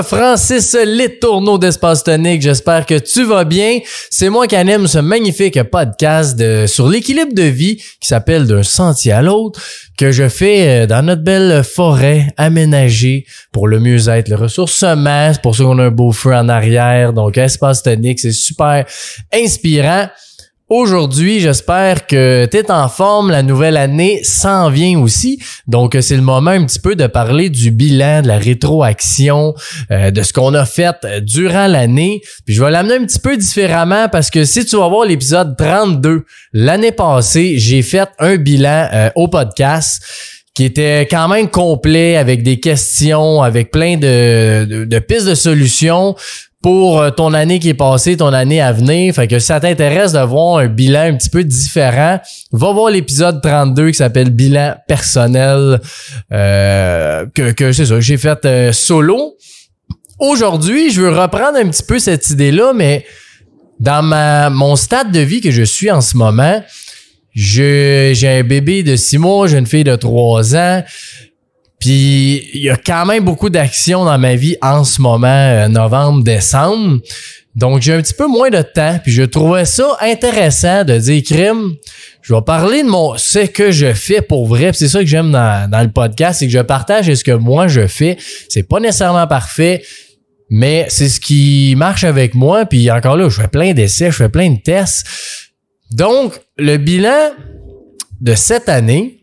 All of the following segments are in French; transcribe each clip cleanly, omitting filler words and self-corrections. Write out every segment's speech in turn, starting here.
moi, Francis Letourneau d'Espace Tonique. J'espère que tu vas bien. C'est moi qui anime ce magnifique podcast sur l'équilibre de vie qui s'appelle D'un sentier à l'autre, que je fais dans notre belle forêt aménagée pour le mieux-être, le ressourcement. C'est pour ça qu'on a un beau feu en arrière. Donc, Espace Tonique, c'est super inspirant. Aujourd'hui, j'espère que tu es en forme. La nouvelle année s'en vient aussi. Donc, c'est le moment un petit peu de parler du bilan, de la rétroaction, de ce qu'on a fait durant l'année. Puis, je vais l'amener un petit peu différemment parce que si tu vas voir l'épisode 32, l'année passée, j'ai fait un bilan au podcast qui était quand même complet avec des questions, avec plein de pistes de solutions pour ton année qui est passée, ton année à venir. Fait que si ça t'intéresse de voir un bilan un petit peu différent, va voir l'épisode 32 qui s'appelle Bilan personnel, que c'est ça, j'ai fait solo. Aujourd'hui, je veux reprendre un petit peu cette idée-là, mais dans mon stade de vie que je suis en ce moment, j'ai un bébé de 6 mois, j'ai une fille de 3 ans. Puis, il y a quand même beaucoup d'actions dans ma vie en ce moment, novembre, décembre. Donc, j'ai un petit peu moins de temps. Puis, je trouvais ça intéressant de dire, crime, je vais parler de ce que je fais pour vrai. Puis, c'est ça que j'aime dans le podcast, c'est que je partage ce que moi, je fais. C'est pas nécessairement parfait, mais c'est ce qui marche avec moi. Puis, encore là, je fais plein d'essais, je fais plein de tests. Donc, le bilan de cette année,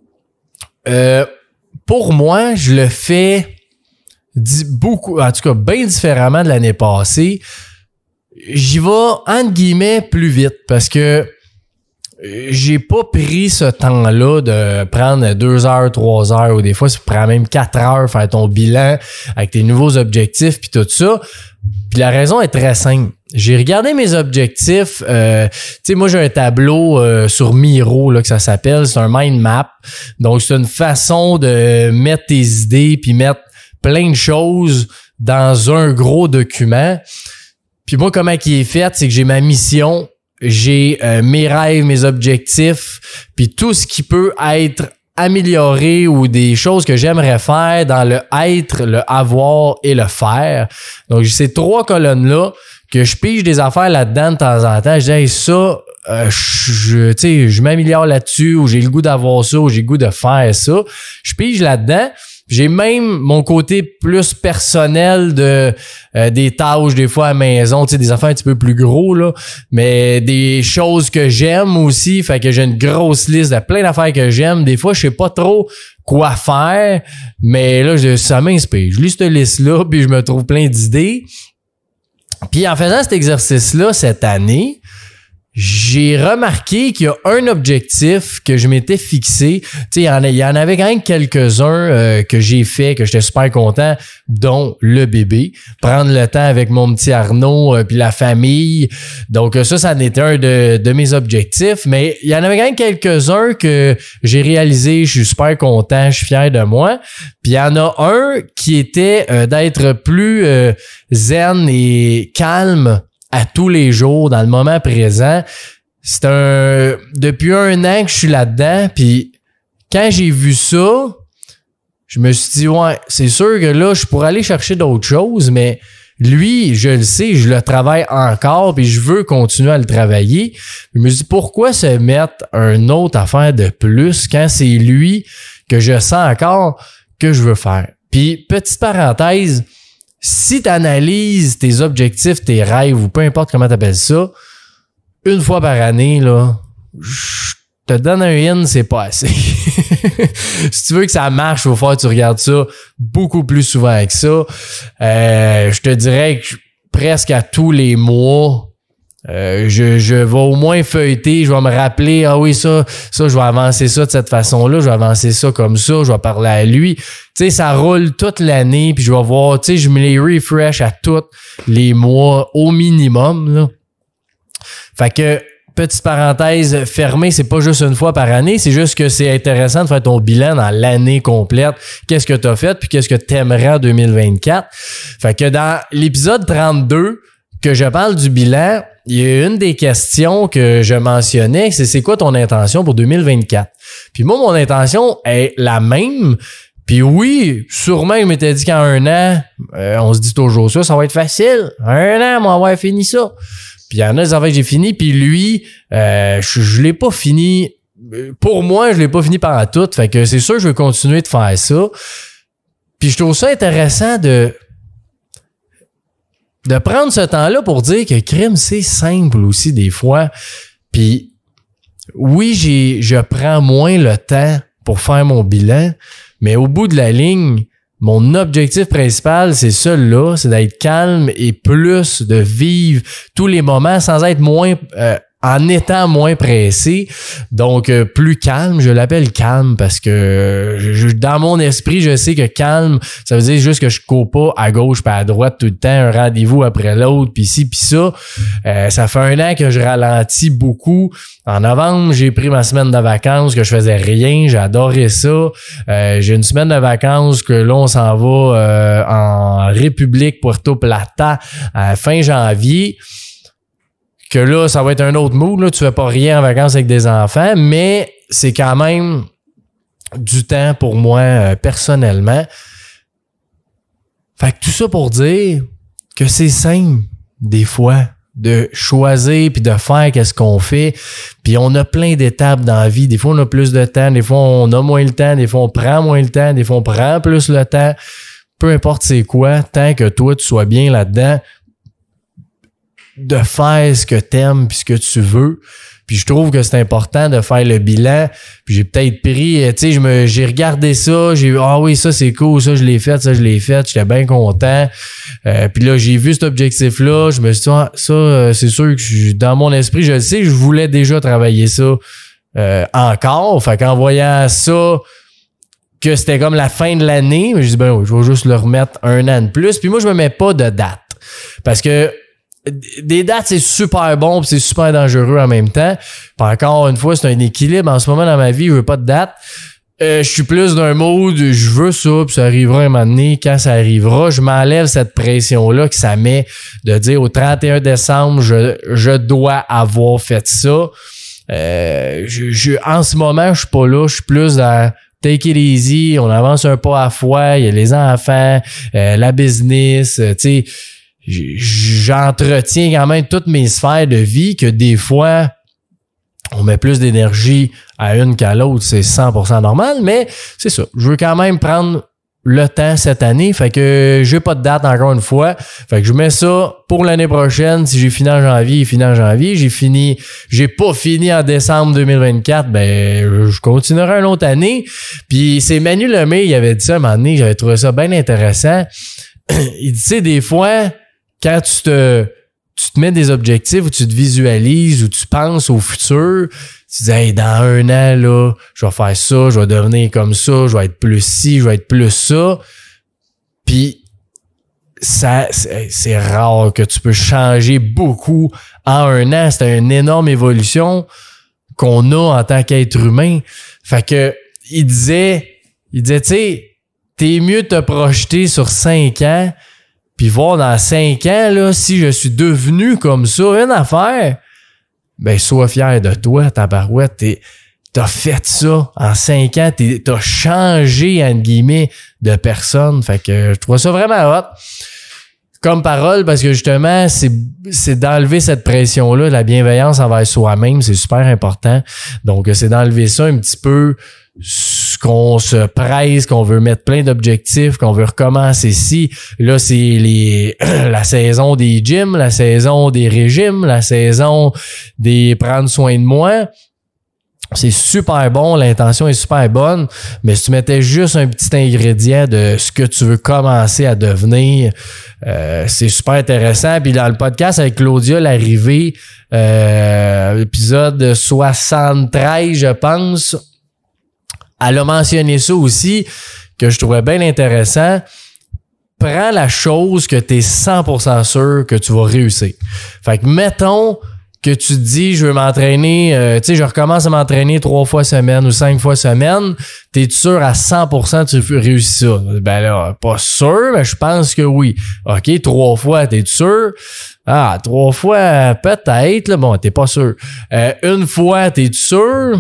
pour moi, je le fais beaucoup, en tout cas bien différemment de l'année passée. J'y vais, entre guillemets, plus vite parce que j'ai pas pris ce temps-là de prendre 2 heures, 3 heures ou des fois, ça prend même 4 heures faire ton bilan avec tes nouveaux objectifs puis tout ça. Puis la raison est très simple. J'ai regardé mes objectifs. Tu sais, moi, j'ai un tableau sur Miro là, que ça s'appelle. C'est un mind map. Donc, c'est une façon de mettre tes idées puis mettre plein de choses dans un gros document. Puis moi, comment il est fait, c'est que j'ai ma mission, j'ai mes rêves, mes objectifs, puis tout ce qui peut être amélioré ou des choses que j'aimerais faire dans le être, le avoir et le faire. Donc, j'ai ces 3 colonnes-là que je pige des affaires là-dedans de temps en temps. Je dis, hey, ça, je m'améliore là-dessus ou j'ai le goût d'avoir ça ou j'ai le goût de faire ça. Je pige là-dedans. J'ai même mon côté plus personnel de des tâches des fois à la maison, tu sais, des affaires un petit peu plus gros là, mais des choses que j'aime aussi, fait que j'ai une grosse liste de plein d'affaires que j'aime. Des fois, je sais pas trop quoi faire, mais là ça m'inspire. Je lis cette liste-là puis je me trouve plein d'idées. Puis en faisant cet exercice-là cette année, j'ai remarqué qu'il y a un objectif que je m'étais fixé. Tu sais, il y en avait quand même quelques-uns que j'ai fait, que j'étais super content, dont le bébé. Prendre le temps avec mon petit Arnaud puis la famille. Donc ça en était un de mes objectifs. Mais il y en avait quand même quelques-uns que j'ai réalisé. Je suis super content, je suis fier de moi. Puis il y en a un qui était d'être plus zen et calme à tous les jours, dans le moment présent. Depuis 1 an que je suis là-dedans, puis quand j'ai vu ça, je me suis dit, ouais, c'est sûr que là, je pourrais aller chercher d'autres choses, mais lui, je le sais, je le travaille encore, puis je veux continuer à le travailler. Je me suis dit, pourquoi se mettre une autre affaire de plus quand c'est lui que je sens encore que je veux faire? Puis, petite parenthèse, si tu analyses tes objectifs, tes rêves ou peu importe comment tu appelles ça, une fois par année, là, je te donne un in, c'est pas assez. Si tu veux que ça marche, il faut faire que tu regardes ça beaucoup plus souvent que ça. Je te dirais que presque à tous les mois, je vais au moins feuilleter, je vais me rappeler, ah oui, ça, je vais avancer ça de cette façon-là, je vais avancer ça comme ça, je vais parler à lui. Tu sais, ça roule toute l'année, puis je vais voir, tu sais, je me les refresh à tous les mois au minimum, là. Fait que, petite parenthèse fermée, c'est pas juste une fois par année, c'est juste que c'est intéressant de faire ton bilan dans l'année complète. Qu'est-ce que tu as fait, puis qu'est-ce que tu aimerais en 2024. Fait que dans l'épisode 32, que je parle du bilan, il y a une des questions que je mentionnais, c'est quoi ton intention pour 2024? Puis moi, mon intention est la même, Puis oui, sûrement, je m'étais dit qu'en 1 an, on se dit toujours ça va être facile. 1 an, on va avoir fini ça. Puis il y en a des affaires que j'ai fini, puis lui, je l'ai pas fini. Pour moi, je l'ai pas fini par tout. Fait que c'est sûr que je veux continuer de faire ça. Puis je trouve ça intéressant de prendre ce temps-là pour dire que crime, c'est simple aussi des fois. Puis oui, je prends moins le temps pour faire mon bilan, mais au bout de la ligne, mon objectif principal, c'est celui-là, c'est d'être calme et plus de vivre tous les moments sans être moins... en étant moins pressé, donc plus calme, je l'appelle calme parce que dans mon esprit, je sais que calme, ça veut dire juste que je cours pas à gauche pas à droite tout le temps, un rendez-vous après l'autre, puis ci, puis ça. Ça fait 1 an que je ralentis beaucoup. En novembre, j'ai pris ma semaine de vacances que je faisais rien, j'ai adoré ça. J'ai une semaine de vacances que là, on s'en va en République Puerto Plata à fin janvier. Que là, ça va être un autre mood, là, tu fais pas rien en vacances avec des enfants, mais c'est quand même du temps pour moi personnellement. Fait que tout ça pour dire que c'est simple, des fois, de choisir puis de faire qu'est-ce qu'on fait. Puis on a plein d'étapes dans la vie. Des fois, on a plus de temps, des fois, on a moins le temps, des fois, on prend moins le temps, des fois, on prend plus le temps. Peu importe c'est quoi, tant que toi, tu sois bien là-dedans, de faire ce que t'aimes puis ce que tu veux. Puis je trouve que c'est important de faire le bilan. Puis j'ai peut-être pris, tu sais, j'ai regardé ça, j'ai vu, ah oui, ça c'est cool, ça je l'ai fait, j'étais bien content. Puis là, j'ai vu cet objectif-là, je me suis dit, ah, ça, c'est sûr que dans mon esprit, je le sais, je voulais déjà travailler ça encore. Fait qu'en voyant ça, que c'était comme la fin de l'année, je dis, ben oui, je vais juste le remettre 1 an de plus. Puis moi, je me mets pas de date. Parce que des dates, c'est super bon pis c'est super dangereux en même temps. Puis encore une fois, c'est un équilibre. En ce moment, dans ma vie, je veux pas de date. Je suis plus d'un mode, je veux ça, puis ça arrivera un moment donné. Quand ça arrivera, je m'enlève cette pression-là que ça met de dire au 31 décembre, je dois avoir fait ça. En ce moment, je suis pas là. Je suis plus dans take it easy. On avance un pas à la fois. Il y a les enfants, la business, tu sais. J'entretiens quand même toutes mes sphères de vie que des fois, on met plus d'énergie à une qu'à l'autre. C'est 100% normal, mais c'est ça. Je veux quand même prendre le temps cette année. Fait que j'ai pas de date encore une fois. Fait que je mets ça pour l'année prochaine. Si j'ai fini en janvier, il finit en janvier. J'ai pas fini en décembre 2024, ben je continuerai une autre année. Puis c'est Manu Lemay, il avait dit ça à un moment donné, j'avais trouvé ça bien intéressant. Il dit, tu sais, des fois, quand tu te mets des objectifs où tu te visualises, où tu penses au futur, tu dis, hey, dans 1 an, là, je vais faire ça, je vais devenir comme ça, je vais être plus ci, je vais être plus ça. Puis, ça, c'est rare que tu peux changer beaucoup en 1 an. C'est une énorme évolution qu'on a en tant qu'être humain. Fait que, il disait, tu sais, t'es mieux de te projeter sur 5 ans puis voir dans 5 ans, là, si je suis devenu comme ça, une affaire, ben, sois fier de toi, tabarouette. T'as fait ça en 5 ans, t'as changé, entre guillemets, de personne. Fait que je trouve ça vraiment hot comme parole parce que justement, c'est d'enlever cette pression-là, la bienveillance envers soi-même, c'est super important. Donc, c'est d'enlever ça un petit peu, qu'on se presse, qu'on veut mettre plein d'objectifs, qu'on veut recommencer ici. Là, c'est la saison des gyms, la saison des régimes, la saison des prendre soin de moi. C'est super bon, l'intention est super bonne, mais si tu mettais juste un petit ingrédient de ce que tu veux commencer à devenir, c'est super intéressant. Puis dans le podcast avec Claudia Larrivée, épisode 73, je pense, elle a mentionné ça aussi, que je trouvais bien intéressant. Prends la chose que tu es 100% sûr que tu vas réussir. Fait que mettons que tu te dis, je veux m'entraîner, tu sais, je recommence à m'entraîner 3 fois semaine ou 5 fois semaine, t'es sûr à 100% que tu réussis ça? Ben là, pas sûr, mais je pense que oui. OK, 3 fois, t'es sûr? Ah, 3 fois, peut-être, là, bon, t'es pas sûr. 1 fois, t'es sûr?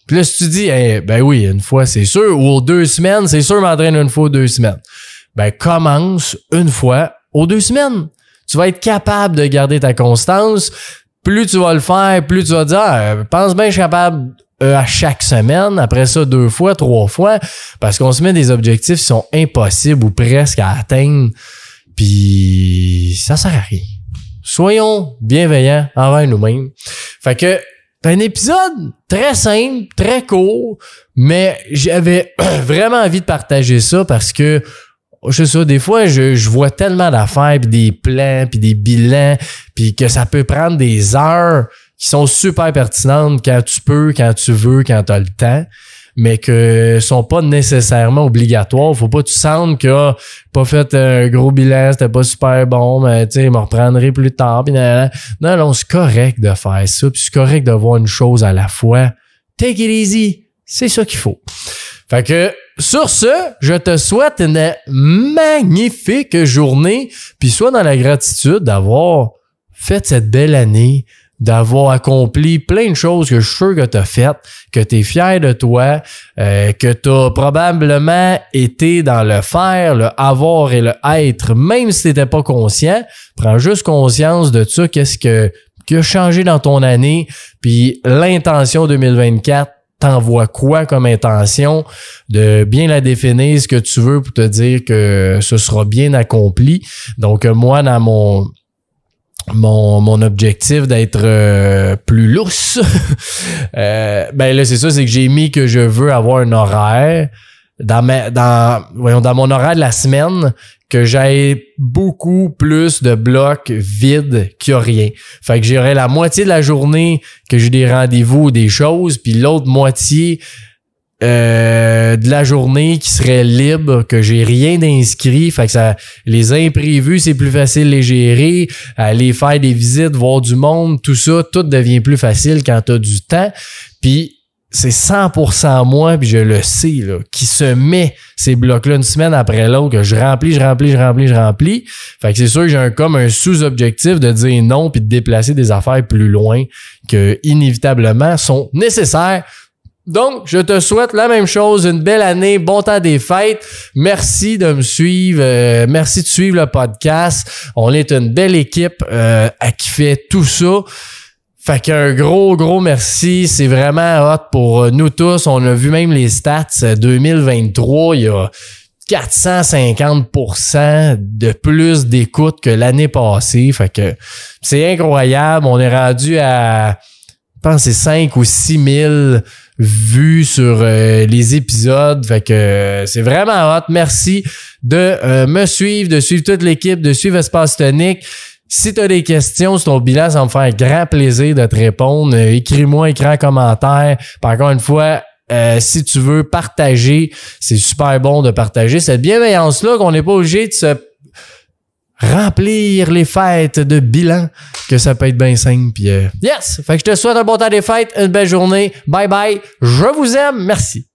Puis là, si tu dis, ben oui, une fois, c'est sûr, ou aux 2 semaines, c'est sûr, m'entraîne une fois aux 2 semaines. Ben, commence une fois aux 2 semaines. Tu vas être capable de garder ta constance. Plus tu vas le faire, plus tu vas dire, pense bien, je suis capable à chaque semaine. Après ça, 2 fois, 3 fois. Parce qu'on se met des objectifs qui sont impossibles ou presque à atteindre. Puis, ça sert à rien. Soyons bienveillants envers nous-mêmes. Fait que, c'est un épisode très simple, très court, mais j'avais vraiment envie de partager ça parce que, je sais ça, des fois, je vois tellement d'affaires, puis des plans, puis des bilans, puis que ça peut prendre des heures qui sont super pertinentes quand tu peux, quand tu veux, quand tu as le temps, mais que sont pas nécessairement obligatoires. Faut pas que tu sentes que pas fait un gros bilan, c'était pas super bon, mais tu sais, je me reprendrai plus tard. Puis non, c'est correct de faire ça, puis c'est correct de voir une chose à la fois. Take it easy, c'est ça qu'il faut. Fait que sur ce, je te souhaite une magnifique journée, puis sois dans la gratitude d'avoir fait cette belle année, d'avoir accompli plein de choses que je suis sûr que tu as faites, que tu es fier de toi, que tu as probablement été dans le faire, le avoir et le être, même si tu n'étais pas conscient. Prends juste conscience de ça, qu'est-ce qui a changé dans ton année, puis l'intention 2024, t'envoies quoi comme intention, de bien la définir, ce que tu veux pour te dire que ce sera bien accompli. Donc, moi, dans mon objectif d'être plus lousse, ben là, c'est ça, c'est que j'ai mis que je veux avoir un horaire dans mon horaire de la semaine, que j'aille beaucoup plus de blocs vides qu'il y a rien. Fait que j'aurais la moitié de la journée que j'ai des rendez-vous ou des choses, puis l'autre moitié de la journée qui serait libre, que j'ai rien d'inscrit. Fait que ça, les imprévus, c'est plus facile de les gérer, aller faire des visites, voir du monde, tout ça, tout devient plus facile quand t'as du temps. Puis c'est 100% moi, puis je le sais, là, qui se met ces blocs-là une semaine après l'autre, que je remplis. Fait que c'est sûr que j'ai comme un sous-objectif de dire non puis de déplacer des affaires plus loin que inévitablement sont nécessaires. Donc, je te souhaite la même chose, une belle année, bon temps des fêtes. Merci de me suivre, merci de suivre le podcast. On est une belle équipe qui fait tout ça. Fait qu'un gros merci, c'est vraiment hot pour nous tous. On a vu même les stats 2023, il y a 450% de plus d'écoute que l'année passée. Fait que c'est incroyable. On est rendu à, je pense, c'est 5 ou 6 000 vues sur les épisodes. Fait que c'est vraiment hot. Merci de me suivre, de suivre toute l'équipe, de suivre Espace Tonique. Si tu as des questions sur ton bilan, ça va me faire un grand plaisir de te répondre. Écris-moi, écris un commentaire. Puis encore une fois, si tu veux partager, c'est super bon de partager cette bienveillance-là, qu'on n'est pas obligé de se remplir les fêtes de bilan, que ça peut être bien simple. Puis yes! Fait que je te souhaite un bon temps des fêtes, une belle journée. Bye bye. Je vous aime. Merci.